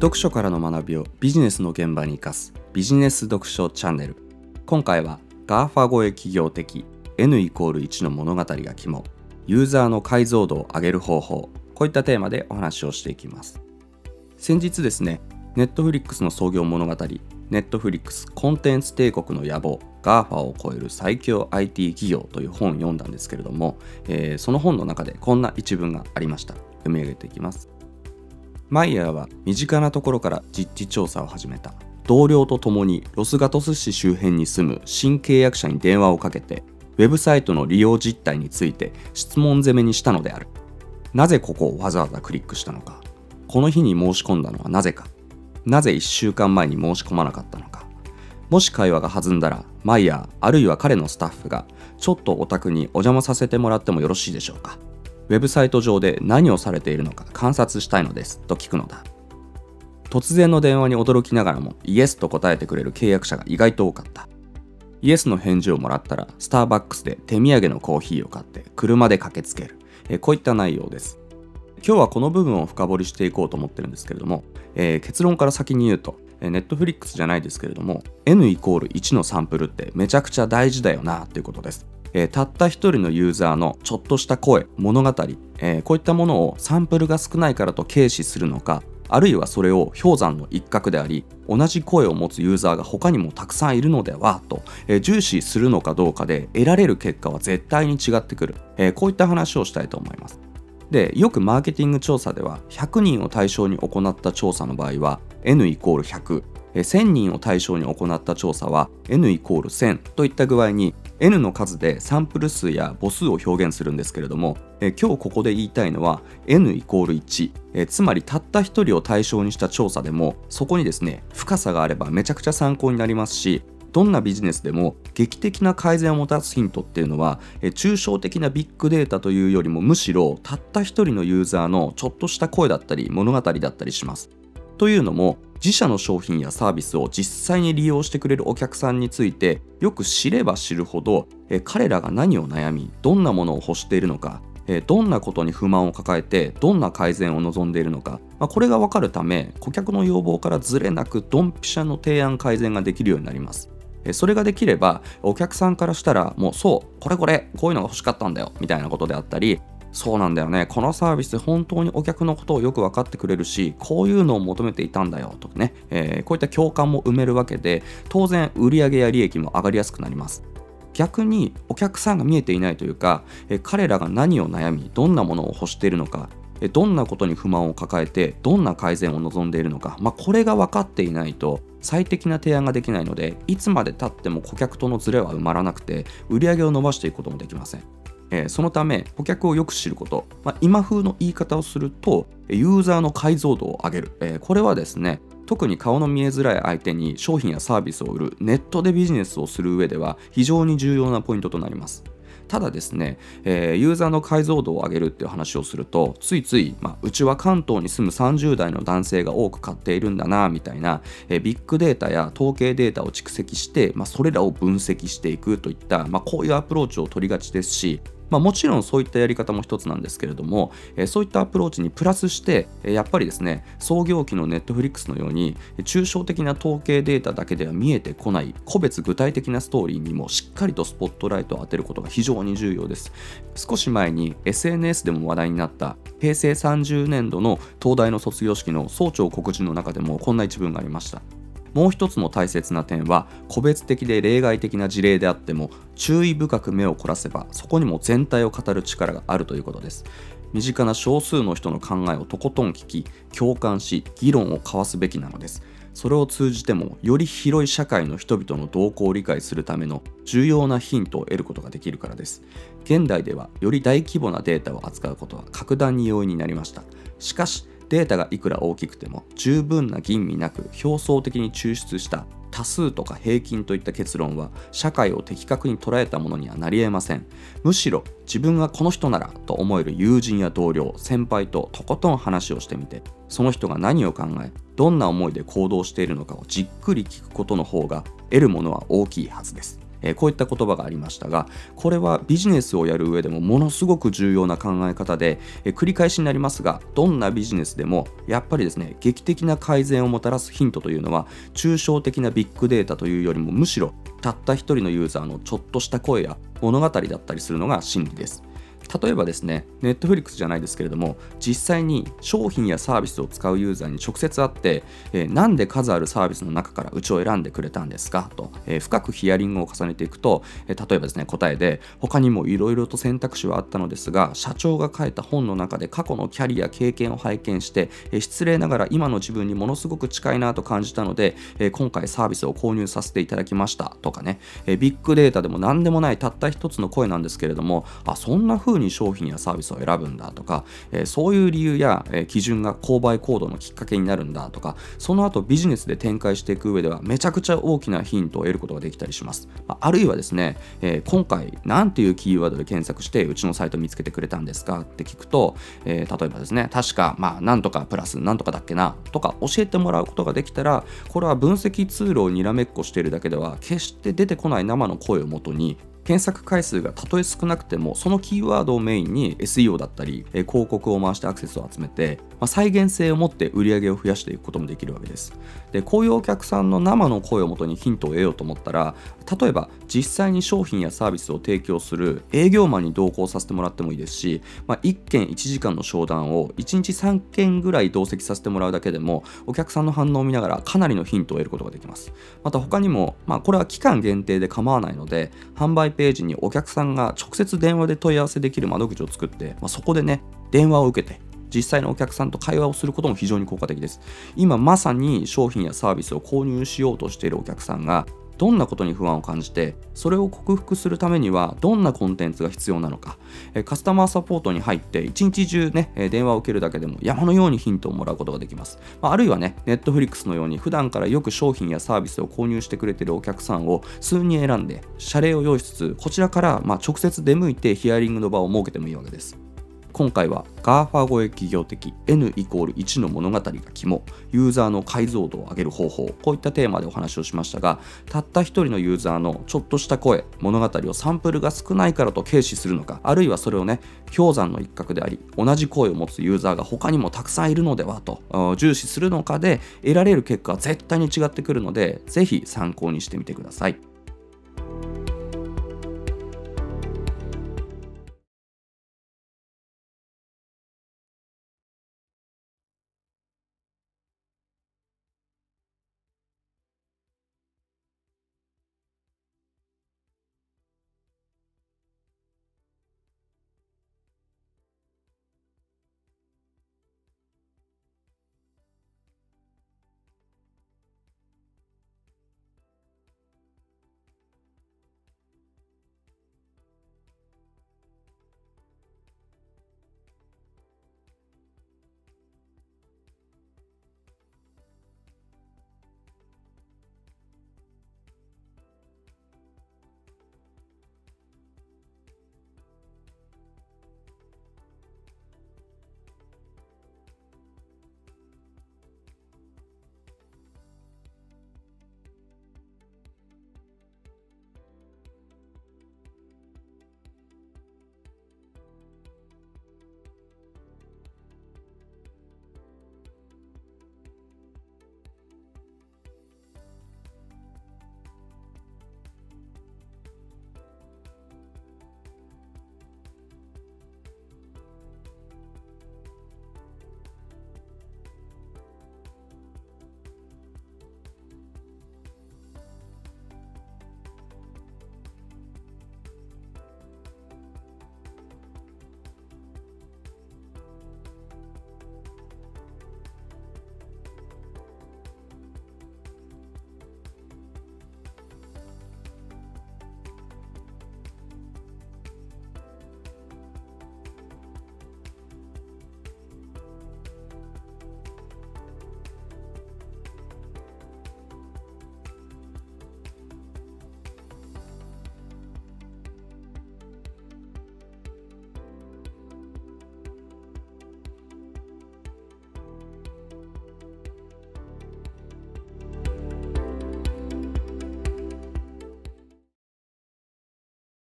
読書からの学びをビジネスの現場に生かすビジネス読書チャンネル。今回は GAFA 超え企業的 N=1 の物語が肝、ユーザーの解像度を上げる方法、こういったテーマでお話をしていきます。先日ですね、Netflix の創業物語、Netflix コンテンツ帝国の野望 GAFA を超える最強 IT 企業という本を読んだんですけれども、その本の中でこんな一文がありました。読み上げていきます。マイヤーは身近なところから実地調査を始めた。同僚と共にロスガトス市周辺に住む新契約者に電話をかけて、ウェブサイトの利用実態について質問攻めにしたのである。なぜここをわざわざクリックしたのか。この日に申し込んだのはなぜか。なぜ1週間前に申し込まなかったのか。もし会話が弾んだら、マイヤーあるいは彼のスタッフがちょっとお宅にお邪魔させてもらってもよろしいでしょうか。ウェブサイト上で何をされているのか観察したいのですと聞くのだ。突然の電話に驚きながらもイエスと答えてくれる契約者が意外と多かった。イエスの返事をもらったらスターバックスで手土産のコーヒーを買って車で駆けつける。こういった内容です。今日はこの部分を深掘りしていこうと思ってるんですけれども、結論から先に言うと、Netflix じゃないですけれども N=1 のサンプルってめちゃくちゃ大事だよなということです。たった一人のユーザーのちょっとした声、物語、こういったものをサンプルが少ないからと軽視するのか、あるいはそれを氷山の一角であり、同じ声を持つユーザーが他にもたくさんいるのではと、重視するのかどうかで得られる結果は絶対に違ってくる、こういった話をしたいと思います。で、よくマーケティング調査では100人を対象に行った調査の場合は N=100、1000人を対象に行った調査は N=1000 といった具合に N の数でサンプル数や母数を表現するんですけれども、今日ここで言いたいのは N=1、つまりたった一人を対象にした調査でもそこにですね、深さがあればめちゃくちゃ参考になりますし、どんなビジネスでも劇的な改善をもたらすヒントっていうのは抽象的なビッグデータというよりもむしろたった一人のユーザーのちょっとした声だったり物語だったりします。というのも自社の商品やサービスを実際に利用してくれるお客さんについてよく知れば知るほど彼らが何を悩み、どんなものを欲しているのか、どんなことに不満を抱えてどんな改善を望んでいるのか、これが分かるため顧客の要望からずれなくドンピシャの提案改善ができるようになります。それができればお客さんからしたらもうそうこういうのが欲しかったんだよみたいなことであったり、そうなんだよね、このサービス本当にお客のことをよく分かってくれるしこういうのを求めていたんだよとかね、こういった共感も生めるわけで当然売上や利益も上がりやすくなります。逆にお客さんが見えていないというか、彼らが何を悩みどんなものを欲しているのか、どんなことに不満を抱えてどんな改善を望んでいるのか、これが分かっていないと最適な提案ができないので、いつまで経っても顧客とのズレは埋まらなくて売上を伸ばしていくこともできません。そのため顧客をよく知ること、今風の言い方をするとユーザーの解像度を上げる、これはですね、特に顔の見えづらい相手に商品やサービスを売るネットでビジネスをする上では非常に重要なポイントとなります。ただですね、ユーザーの解像度を上げるっていう話をするとついついうちは関東に住む30代の男性が多く買っているんだなみたいな、ビッグデータや統計データを蓄積して、それらを分析していくといった、こういうアプローチを取りがちですし、もちろんそういったやり方も一つなんですけれども、そういったアプローチにプラスしてやっぱりですね、創業期のネットフリックスのように抽象的な統計データだけでは見えてこない個別具体的なストーリーにもしっかりとスポットライトを当てることが非常に重要です。少し前に SNS でも話題になった平成30年度の東大の卒業式の総長告示の中でもこんな一文がありました。もう一つの大切な点は個別的で例外的な事例であっても注意深く目を凝らせばそこにも全体を語る力があるということです。身近な少数の人の考えをとことん聞き共感し議論を交わすべきなのです。それを通じてもより広い社会の人々の動向を理解するための重要なヒントを得ることができるからです。現代ではより大規模なデータを扱うことは格段に容易になりました。しかしデータがいくら大きくても十分な吟味なく表層的に抽出した多数とか平均といった結論は社会を的確に捉えたものにはなり得ません。むしろ自分がこの人ならと思える友人や同僚、先輩ととことん話をしてみて、その人が何を考えどんな思いで行動しているのかをじっくり聞くことの方が得るものは大きいはずです。 こういった言葉がありましたが、これはビジネスをやる上でもものすごく重要な考え方で、繰り返しになりますが、どんなビジネスでもやっぱりですね、劇的な改善をもたらすヒントというのは抽象的なビッグデータというよりも、むしろたった一人のユーザーのちょっとした声や物語だったりするのが真理です。例えばですね、ネットフリックスじゃないですけれども、実際に商品やサービスを使うユーザーに直接会って、なんで数あるサービスの中からうちを選んでくれたんですかと、深くヒアリングを重ねていくと、例えばですね、答えで他にもいろいろと選択肢はあったのですが、社長が書いた本の中で過去のキャリア経験を拝見して、失礼ながら今の自分にものすごく近いなと感じたので、今回サービスを購入させていただきましたとかね、ビッグデータでも何でもないたった一つの声なんですけれども、そんな風に商品やサービスを選ぶんだとか、そういう理由や、基準が購買行動のきっかけになるんだとか、その後ビジネスで展開していく上ではめちゃくちゃ大きなヒントを得ることができたりします。あるいはですね、今回何ていうキーワードで検索してうちのサイト見つけてくれたんですかって聞くと、例えばですね、確かなんとかプラスなんとかだっけなとか教えてもらうことができたら、これは分析ツールをにらめっこしているだけでは決して出てこない生の声をもとに、検索回数がたとえ少なくてもそのキーワードをメインに SEO だったり広告を回してアクセスを集めて、再現性を持って売り上げを増やしていくこともできるわけです。で、こういうお客さんの生の声をもとにヒントを得ようと思ったら、例えば実際に商品やサービスを提供する営業マンに同行させてもらってもいいですし、1件1時間の商談を1日3件ぐらい同席させてもらうだけでもお客さんの反応を見ながらかなりのヒントを得ることができます。また他にも、これは期間限定で構わないので、販売ページにお客さんが直接電話で問い合わせできる窓口を作って、そこでね、電話を受けて実際のお客さんと会話をすることも非常に効果的です。今まさに商品やサービスを購入しようとしているお客さんがどんなことに不安を感じて、それを克服するためにはどんなコンテンツが必要なのか、カスタマーサポートに入って一日中ね、電話を受けるだけでも山のようにヒントをもらうことができます。あるいはね、ネットフリックスのように普段からよく商品やサービスを購入してくれているお客さんを数人選んで謝礼を用意しつつ、こちらから直接出向いてヒアリングの場を設けてもいいわけです。今回は GAFA 超え企業的 N=1 の物語が肝、ユーザーの解像度を上げる方法、こういったテーマでお話をしましたが、たった一人のユーザーのちょっとした声、物語をサンプルが少ないからと軽視するのか、あるいはそれをね、氷山の一角であり同じ声を持つユーザーが他にもたくさんいるのではと重視するのかで得られる結果は絶対に違ってくるので、ぜひ参考にしてみてください。